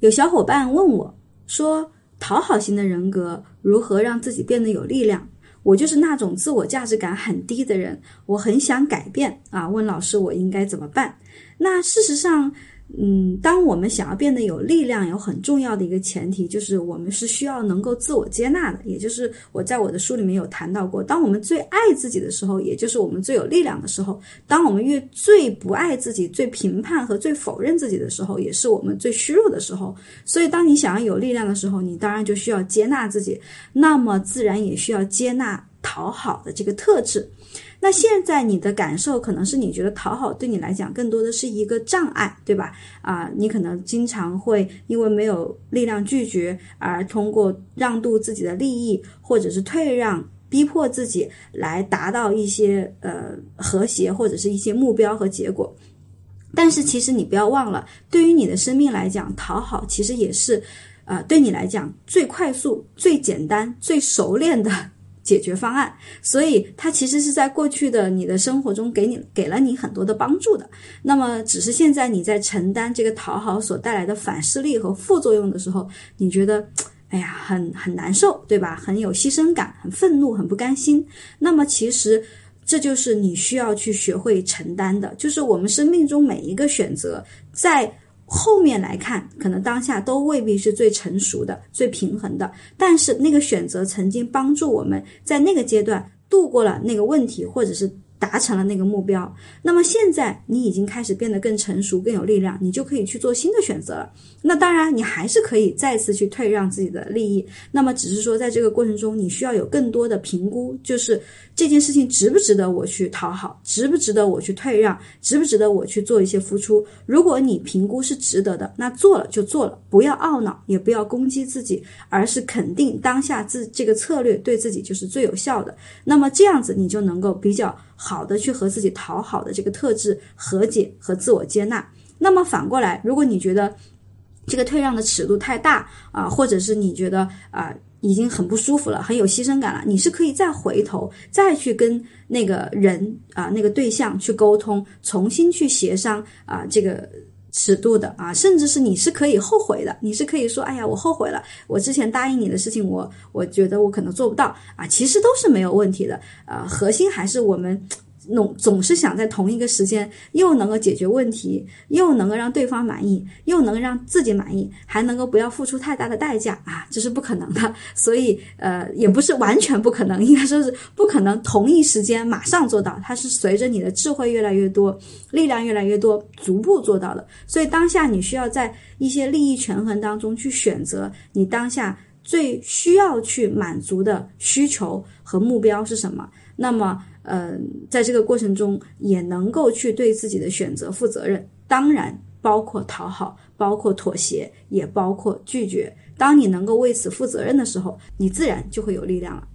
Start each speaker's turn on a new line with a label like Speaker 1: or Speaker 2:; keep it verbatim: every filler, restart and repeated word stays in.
Speaker 1: 有小伙伴问我说，讨好型的人格如何让自己变得有力量？我就是那种自我价值感很低的人，我很想改变啊，问老师我应该怎么办？那事实上嗯，当我们想要变得有力量，有很重要的一个前提就是我们是需要能够自我接纳的，也就是我在我的书里面有谈到过，当我们最爱自己的时候，也就是我们最有力量的时候，当我们越最不爱自己，最评判和最否认自己的时候，也是我们最虚弱的时候。所以当你想要有力量的时候，你当然就需要接纳自己，那么自然也需要接纳讨好的这个特质。那现在你的感受可能是你觉得讨好对你来讲更多的是一个障碍，对吧？啊，你可能经常会因为没有力量拒绝，而通过让渡自己的利益或者是退让，逼迫自己来达到一些呃和谐或者是一些目标和结果。但是其实你不要忘了，对于你的生命来讲，讨好其实也是呃对你来讲最快速、最简单、最熟练的解决方案，所以它其实是在过去的你的生活中给你给了你很多的帮助的。那么只是现在你在承担这个讨好所带来的反噬力和副作用的时候，你觉得哎呀很很难受，对吧？很有牺牲感，很愤怒，很不甘心。那么其实这就是你需要去学会承担的，就是我们生命中每一个选择在后面来看，可能当下都未必是最成熟的、最平衡的，但是那个选择曾经帮助我们在那个阶段度过了那个问题，或者是达成了那个目标。那么现在你已经开始变得更成熟、更有力量，你就可以去做新的选择了。那当然你还是可以再次去退让自己的利益，那么只是说在这个过程中你需要有更多的评估，就是这件事情值不值得我去讨好，值不值得我去退让，值不值得我去做一些付出。如果你评估是值得的，那做了就做了，不要懊恼，也不要攻击自己，而是肯定当下自这个策略对自己就是最有效的。那么这样子你就能够比较好的去和自己讨好的这个特质和解和自我接纳。那么反过来，如果你觉得这个退让的尺度太大啊、呃，或者是你觉得啊、呃、已经很不舒服了，很有牺牲感了，你是可以再回头再去跟那个人啊、呃、那个对象去沟通，重新去协商啊、呃、这个尺度的啊，甚至是你是可以后悔的，你是可以说，哎呀，我后悔了，我之前答应你的事情，我我觉得我可能做不到啊，其实都是没有问题的。呃，核心还是我们总总是想在同一个时间又能够解决问题，又能够让对方满意，又能够让自己满意，还能够不要付出太大的代价啊，这是不可能的。所以呃，也不是完全不可能，应该说是不可能同一时间马上做到，它是随着你的智慧越来越多，力量越来越多，逐步做到的。所以当下你需要在一些利益权衡当中去选择你当下最需要去满足的需求和目标是什么。那么呃，在这个过程中也能够去对自己的选择负责任，当然包括讨好，包括妥协，也包括拒绝。当你能够为此负责任的时候，你自然就会有力量了。